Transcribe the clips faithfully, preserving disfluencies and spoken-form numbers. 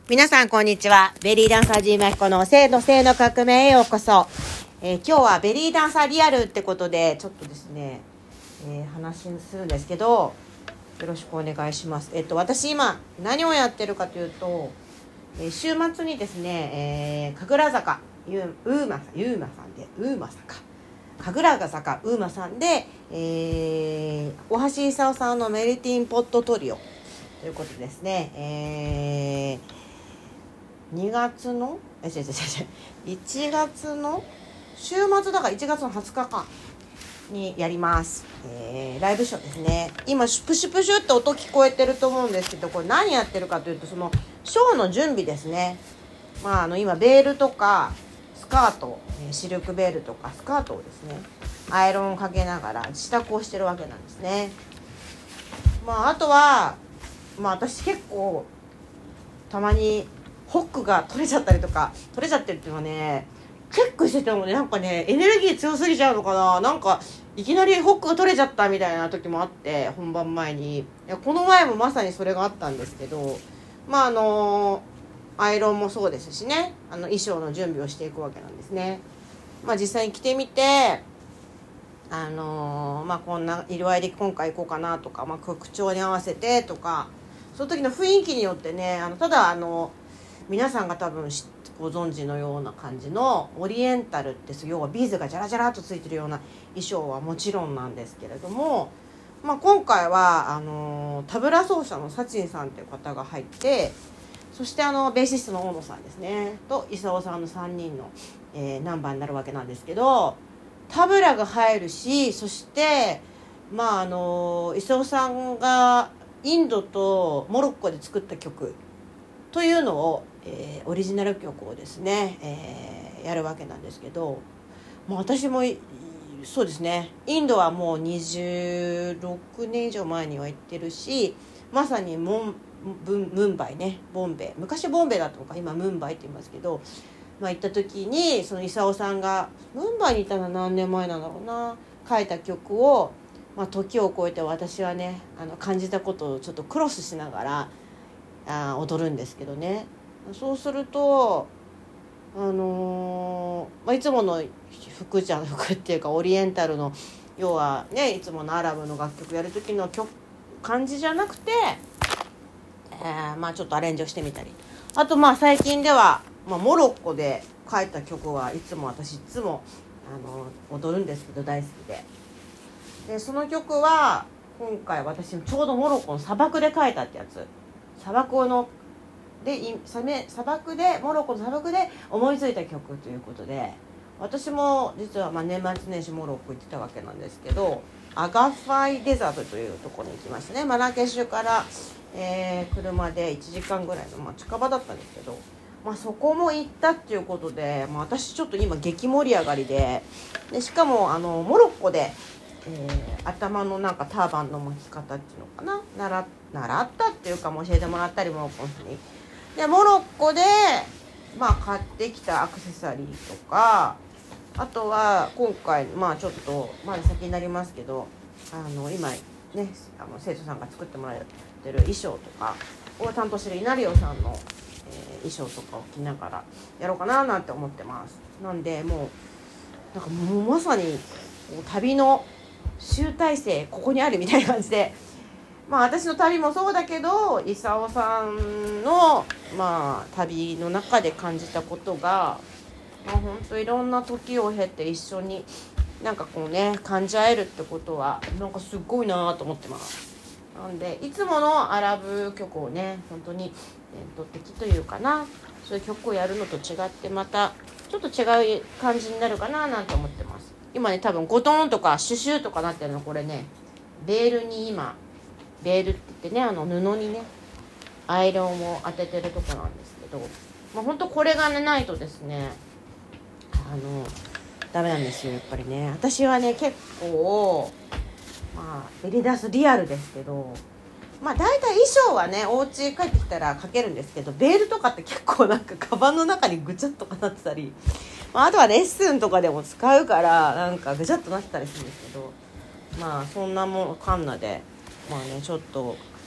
皆さんこんにちは。ベリーダンサージーマヒコの性の性の革命へようこそ。えー、今日はベリーダンサーリアルってことでちょっとですね、えー、話するんですけど、よろしくお願いします。えっと私今何をやってるかというと、えー、週末にですね、えー、神楽坂ゆうーまさんゆうまさんでうーまさか神楽坂うーまさんで、えー、大橋功さんのメルティンポットトリオということですね。えーにがつのえ違う違う違ういちがつの週末だからいちがつのはつかかにやります、えー、ライブショーですね。今プシュプシュって音聞こえてると思うんですけど、これ何やってるかというと、そのショーの準備ですね。まああの今ベールとかスカート、シルクベールとかスカートをですねアイロンをかけながら支度をしてるわけなんですね。まああとはまあ私結構たまにホックが取れちゃったりとか、取れちゃってるっていうのはね、チェックしててもね、なんかねエネルギー強すぎちゃうのかな、なんかいきなりホックが取れちゃったみたいな時もあって、本番前にいやこの前もまさにそれがあったんですけど、まああのアイロンもそうですしね、あの衣装の準備をしていくわけなんですね。まあ実際に着てみて、あのー、まあこんな色合いで今回行こうかなとか、まあ曲調に合わせてとか、その時の雰囲気によってね、あのただあの皆さんが多分ご存知のような感じのオリエンタルって、要はビーズがジャラジャラっとついてるような衣装はもちろんなんですけれども、まあ、今回はあのタブラ奏者のサチンさんという方が入って、そしてあのベーシストの大野さんですねと功さんのさんにんの、えー、ナンバーになるわけなんですけど、タブラが入るし、そしてまああの功さんがインドとモロッコで作った曲というのを、えー、オリジナル曲をですね、えー、やるわけなんですけど、もう私もそうですね、インドはもうにじゅうろくねん以上前には行ってるし、まさにモンムンバイね、ボンベイ、昔ボンベイだったのか、今ムンバイって言いますけど、まあ、行った時にその功さんがムンバイにいたのは何年前なんだろうな、書いた曲を、まあ、時を超えて私はね、あの感じたことをちょっとクロスしながらあ踊るんですけどね。そうするとあのーまあ、いつもの服じゃん服っていうかオリエンタルの、要はねいつものアラブの楽曲やる時の曲感じじゃなくて、えー、まあちょっとアレンジをしてみたり、あとまあ最近では、まあ、モロッコで書いた曲はいつも私いつもあの踊るんですけど大好きで、でその曲は今回私ちょうどモロッコの砂漠で書いたってやつ、砂漠ので砂漠でモロッコの砂漠で思いついた曲ということで、私も実はまあ年末年始モロッコ行ってたわけなんですけど、アガファイデザートというところに行きましたね。マラケシュから、えー、車でいちじかんぐらいの、まあ、近場だったんですけど、まあ、そこも行ったっていうことで、まあ、私ちょっと今激盛り上がり で, でしかもあのモロッコでえー、頭のなんかターバンの巻き方っていうのかな、習, 習ったっていうかも教えてもらったり、モロッコの人にでモロッコで、まあ、買ってきたアクセサリーとか、あとは今回まあちょっとまだ先になりますけど、あの今ねあの生徒さんが作ってもらってる衣装とかを担当してる稲荷代さんの、えー、衣装とかを着ながらやろうかななんて思ってます。なんでもうなんかもうまさに旅の集大成ここにあるみたいな感じで、まあ私の旅もそうだけど功さんのまあ旅の中で感じたことが、まあ本当いろんな時を経て一緒になんかこうね感じ合えるってことはなんかすごいなと思ってます。なんでいつものアラブ曲をね本当に伝統的というかな、そういう曲をやるのと違ってまたちょっと違う感じになるかななんて思ってます。今ね多分ゴトンとかシュシュとかなってるの、これねベールに今ベールって言ってね、あの布にねアイロンを当ててるとこなんですけど、まあ、ほんとこれがねないとですねあのダメなんですよやっぱりね。私はね結構まあベリーダンスリアルですけど、まあ大体衣装はねお家帰ってきたらかけるんですけど、ベールとかって結構なんかカバンの中にぐちゃっとかなってたり、まあ、あとはレッスンとかでも使うからなんかぐちゃっとなってたりするんですけど、まあそんなもんカンナでまあねちょっと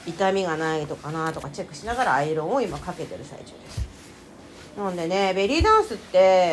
痛みがないとかなとかチェックしながらアイロンを今かけてる最中です。なんでね、ベリーダンスって、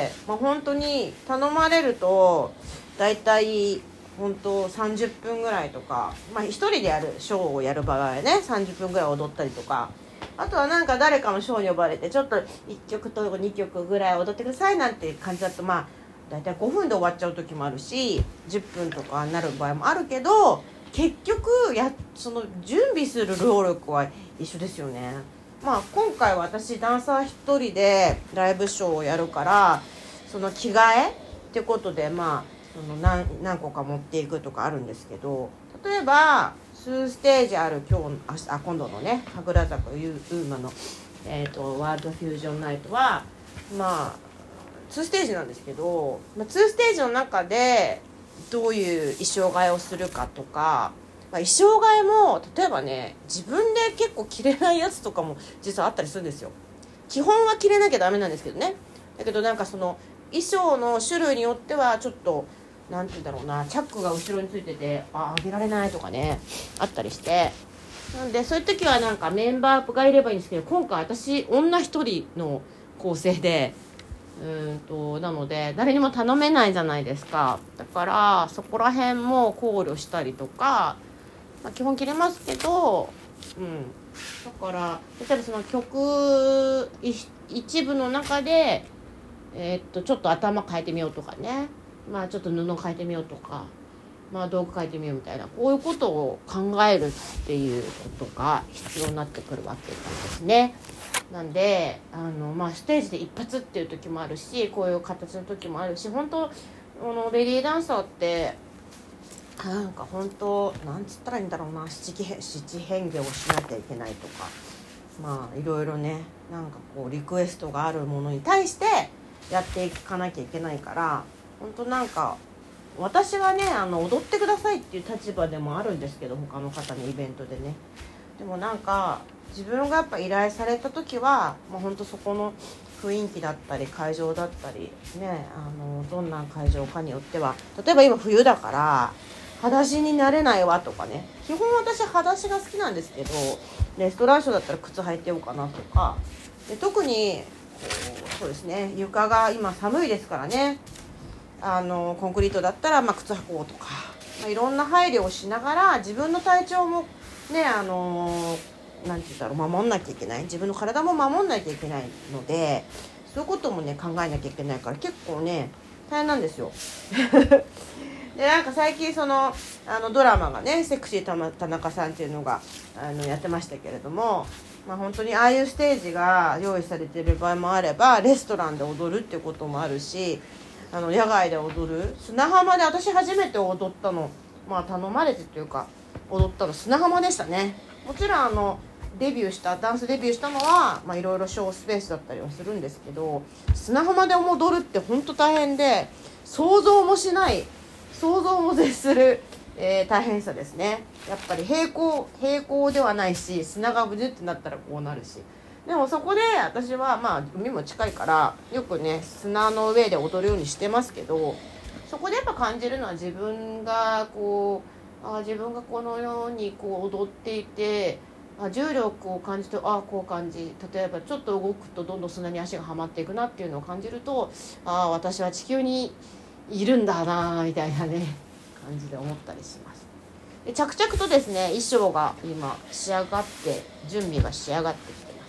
まあ、本当に頼まれるとだいたい本当さんじゅっぷんぐらいとか、まあ、一人でやるショーをやる場合はねさんじゅっぷんぐらい踊ったりとか、あとはなんか誰かのショーに呼ばれてちょっといっきょくとにきょくぐらい踊ってくださいなんて感じだと、まあだいたいごふんで終わっちゃう時もあるしじゅっぷんとかになる場合もあるけど、結局やその準備する労力は一緒ですよね。まあ今回私ダンサー一人でライブショーをやるから、その着替えってことでまあその 何, 何個か持っていくとかあるんですけど、例えばにステージある今日ああ今度のね神楽坂ウーマの、えー、とワールドフュージョンナイトはまあにステージなんですけど、まあ、にステージの中でどういう衣装替えをするかとか、まあ、衣装替えも例えばね自分で結構着れないやつとかも実はあったりするんですよ。基本は着れなきゃダメなんですけどね。だけどなんかその衣装の種類によってはちょっとなんて言うんだろうな、チャックが後ろについててあ上げられないとかねあったりして、なんでそういう時はなんかメンバーがいればいいんですけど、今回私女一人の構成でうーんとなので誰にも頼めないじゃないですか。だからそこら辺も考慮したりとか、まあ、基本切れますけど、うん、だから例えばその曲一部の中で、えー、っとちょっと頭変えてみようとかね、まあちょっと布変えてみようとか、まあ道具変えてみようみたいな、こういうことを考えるっていうことが必要になってくるわけなんですね。なんであの、まあ、ステージで一発っていう時もあるし、こういう形の時もあるし、本当あのベリーダンサーってなんか本当なんつったらいいんだろうな、七七変化をしなきゃいけないとか、まあいろいろねなんかこうリクエストがあるものに対してやっていかなきゃいけないから、本当なんか私はねあの踊ってくださいっていう立場でもあるんですけど、他の方にイベントでね、でもなんか自分がやっぱ依頼された時はもうほんとそこの雰囲気だったり会場だったりね、あのどんな会場かによっては、例えば今冬だから裸足になれないわとかね、基本私裸足が好きなんですけど、レストランショーだったら靴履いてようかなとかで、特にこうそうですね、床が今寒いですからね、あのコンクリートだったらまあ靴履こうとか、まあ、いろんな配慮をしながら自分の体調もね、あのなんて言ったら守んなきゃいけない、自分の体も守んなきゃいけないので、そういうこともね考えなきゃいけないから結構ね大変なんですよでなんか最近そのあのドラマがねセクシー田中さんっていうのがあのやってましたけれども、まあ、本当にああいうステージが用意されている場合もあればレストランで踊るっていうこともあるし、あの野外で踊る、砂浜で私初めて踊ったの、まあ頼まれてというか踊ったの砂浜でしたね。もちろんあのデビューしたダンスデビューしたのはまあいろいろショースペースだったりはするんですけど、砂浜で踊るって本当大変で、想像もしない想像も絶する、えー、大変さですね。やっぱり平行平行ではないし、砂がブジュってなったらこうなるし、でもそこで私はまあ海も近いからよくね砂の上で踊るようにしてますけど、そこでやっぱ感じるのは自分がこうあ自分がこのようにこう踊っていて、あ重力を感じてあこう感じ、例えばちょっと動くとどんどん砂に足がはまっていくなっていうのを感じると、あ私は地球にいるんだなみたいなね感じで思ったりします。で着々とですね衣装が今仕上がって準備が仕上がってきてます。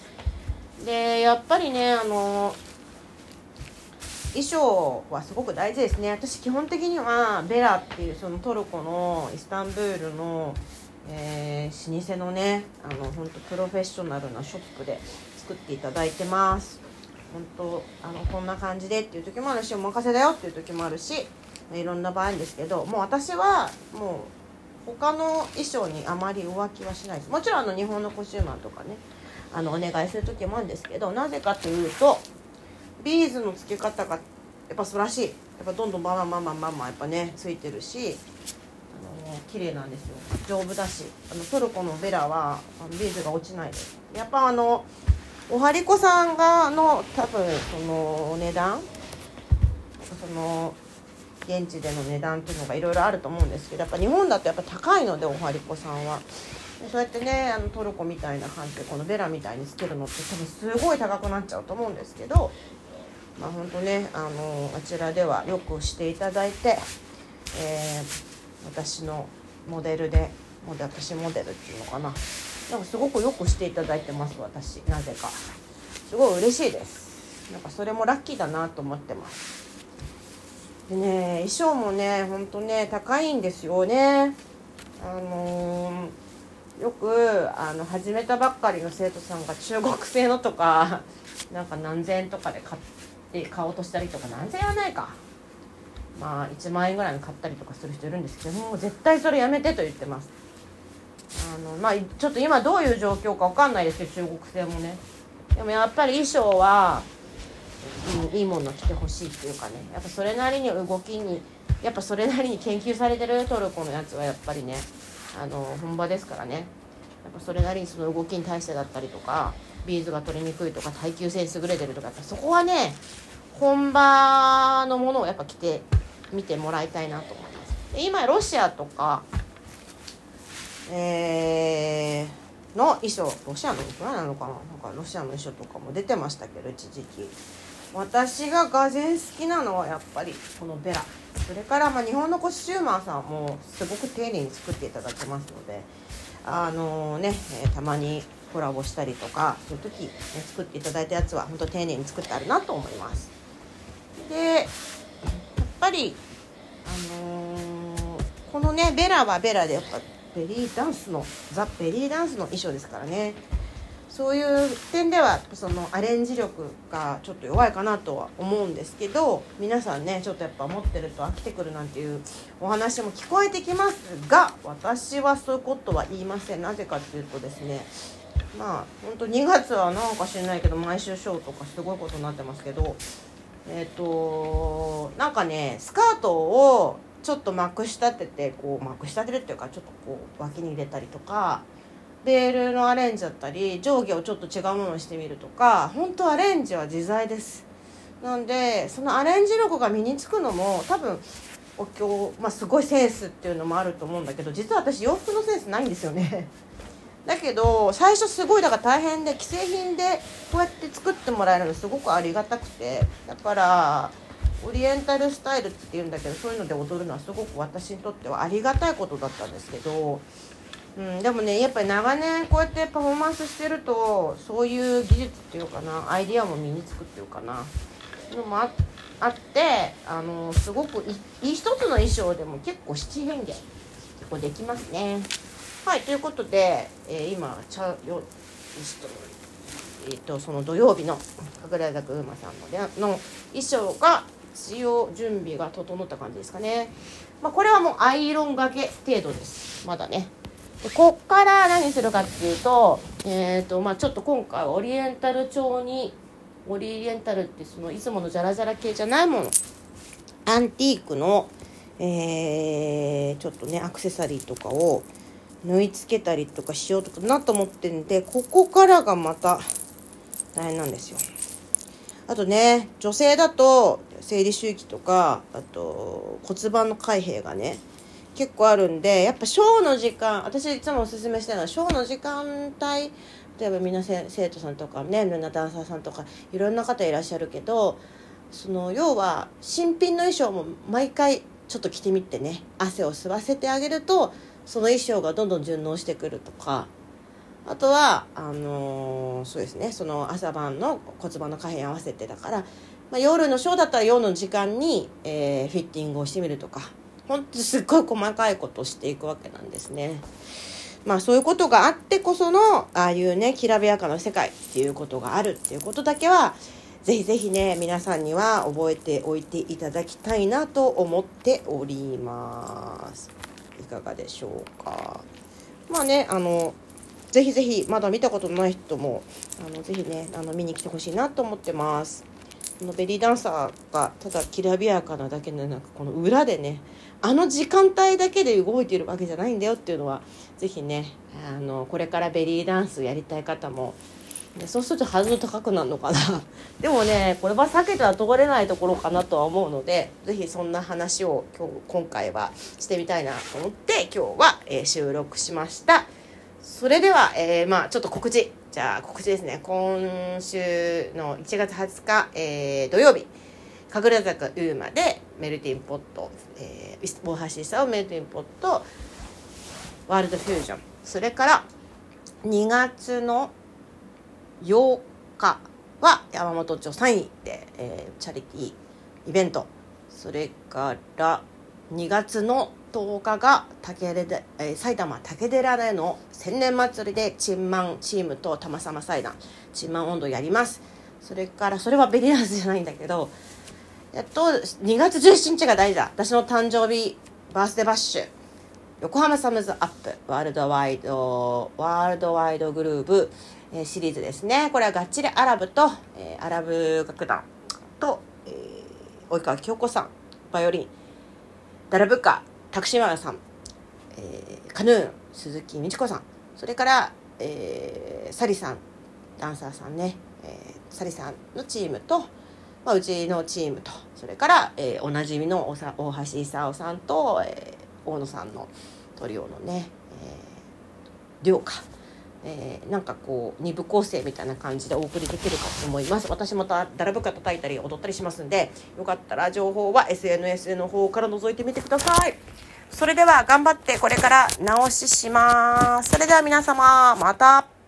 でやっぱりねあの衣装はすごく大事ですね。私基本的にはベラっていうそのトルコのイスタンブールの、えー、老舗のねあの本当プロフェッショナルなショップで作っていただいてます。本当あのこんな感じでっていう時もあるし、お任せだよっていう時もあるし、いろんな場合ですけど、もう私はもう他の衣装にあまり浮気はしないです。もちろんあの日本のコスチューマーとかねあのお願いする時もあるんですけど、なぜかというとビーズの付け方がやっぱ素晴らしい。やっぱどんどんバンバンバンバンバンバンやっぱねついてるし、あの綺麗なんですよ。丈夫だし、あのトルコのベラはビーズが落ちないです。やっぱあのおはりこさんがの多分その値段、その現地での値段っていうのがいろいろあると思うんですけど、やっぱ日本だとやっぱ高いのでおはりこさんはでそうやってねあのトルコみたいな感じでこのベラみたいにつけるのって多分すごい高くなっちゃうと思うんですけど、まあ本当ねあのあちらではよくしていただいて、えー、私のモデルでモデ私モデルっていうのかな、なんかすごくよくしていただいてます。私なぜかすごい嬉しいです。なんかそれもラッキーだなと思ってます。でね衣装もねほんとね高いんですよね。あのー、よくあの始めたばっかりの生徒さんが中国製のとかなんか何千円とかで買って買おうとしたりとか、何千円はないか、まあいちまん円ぐらいに買ったりとかする人いるんですけども、絶対それやめてと言ってます。あのまあちょっと今どういう状況か分かんないですけど、中国製もね。でもやっぱり衣装は、うん、いいもの着てほしいっていうかね、やっぱそれなりに動きにやっぱそれなりに研究されてるトルコのやつはやっぱりねあの本場ですからね、やっぱそれなりにその動きに対してだったりとか、ビーズが取りにくいとか耐久性に優れてるとか、やっぱそこはね本場のものをやっぱ着てみてもらいたいなと思います。で今ロシアとか、えー、の衣装、ロシアのいくらなのかな、なんかロシアの衣装とかも出てましたけど、一時期私ががぜん好きなのはやっぱりこのベラ、それからまあ日本のコスチューマーさんもすごく丁寧に作っていただけますので、あのね、えー、たまにコラボしたりとかそういう時、ね、作っていただいたやつは本当丁寧に作ってあるなと思います。でやっぱり、あのー、このねベラはベラでやっぱベリーダンスのザ・ベリーダンスの衣装ですからね、そういう点ではそのアレンジ力がちょっと弱いかなとは思うんですけど、皆さんねちょっとやっぱ持ってると飽きてくるなんていうお話も聞こえてきますが、私はそういうことは言いません。なぜかっていうとですね、まあ本当にがつはなんか知らないけど毎週ショーとかすごいことになってますけど、えっとなんかねスカートをちょっとまくし立ててこうまくし立てるっていうかちょっとこう脇に入れたりとか、ベールのアレンジだったり上下をちょっと違うものにしてみるとか、本当アレンジは自在です。なんでそのアレンジ力が身につくのも多分お経、まあ、すごいセンスっていうのもあると思うんだけど、実は私洋服のセンスないんですよねだけど最初すごいだから大変で、既製品でこうやって作ってもらえるのすごくありがたくて、だからオリエンタルスタイルっていうんだけど、そういうので踊るのはすごく私にとってはありがたいことだったんですけど、うん、でもねやっぱり長年こうやってパフォーマンスしてるとそういう技術っていうかな、アイディアも身につくっていうかなのも あ, あってあのすごくいい一つの衣装でも結構七変化結構できますね。はい、ということで、えー、今チャよえー、とその土曜日の神楽坂馬さんのでの衣装が使用準備が整った感じですかね。まあ、これはもうアイロンがけ程度です。まだね。でこっから何するかっていうと、えーとまあ、ちょっと今回はオリエンタル調に、オリエンタルってそのいつものジャラジャラ系じゃないもの、アンティークの、えー、ちょっとねアクセサリーとかを縫い付けたりとかしようとかなと思ってるんで、ここからがまた大変なんですよ。あとね女性だと生理周期とか、あと骨盤の開閉がね結構あるんで、やっぱショーの時間、私いつもおすすめしてるのはショーの時間帯、例えばみんな生徒さんとかね、みんなダンサーさんとかいろんな方いらっしゃるけど、その要は新品の衣装も毎回ちょっと着てみてね、汗を吸わせてあげるとその衣装がどんどん順応してくるとか、あとはあのー、そうですね、その朝晩の骨盤の開閉に合わせてだから、まあ、夜のショーだったら夜の時間に、えー、フィッティングをしてみるとか、本当にすっごい細かいことをしていくわけなんですね。まあそういうことがあってこそのああいうねきらびやかな世界っていうことがあるっていうことだけはぜひぜひね皆さんには覚えておいていただきたいなと思っております。いかがでしょうか。まあねあのぜひぜひまだ見たことない人もあのぜひねあの見に来てほしいなと思ってます。このベリーダンサーがただきらびやかなだけでなく、この裏でねあの時間帯だけで動いているわけじゃないんだよっていうのはぜひねあのこれからベリーダンスやりたい方も、ね、そうするとハードル高くなるのかなでもねこれは避けては通れないところかなとは思うので、ぜひそんな話を今日今回はしてみたいなと思って今日は、えー、収録しました。 それでは、えー、まあちょっと告知じゃあ告知ですね。今週のいちがつはつか、えー、土曜日、神楽坂ウーマでメルティンポット、えー、大橋久夫メルティンポットワールドフュージョン、それからにがつのようかは山本町さんいで、えー、チャリティーイベント、それからにがつのとおかが竹で、えー、埼玉竹寺での千年祭りでチンマンチームと玉様祭壇チンマン温度やります。それからそれはベリーダンスじゃないんだけど、やっとにがつじゅうしちにちが大事だ、私の誕生日バースデーバッシュ、横浜サムズアップワールドワイドワールドワイドグルーブ、えー、シリーズですね。これはがっちりアラブと、えー、アラブ楽団と、えー、及川京子さんバイオリン、ダラブカタクシマヤさん、えー、カヌーン鈴木美智子さん、それから、えー、サリさんダンサーさんね、えー、サリさんのチームと、まあ、うちのチームと、それから、えー、おなじみの大橋勲さんと、えー、大野さんのトリオのね、えー、寮か、えー、なんかこうに部構成みたいな感じでお送りできるかと思います。私もダラブカ叩いたり踊ったりしますんで、よかったら情報は エスエヌエス の方から覗いてみてください。それでは頑張ってこれから直しします。それでは皆様また。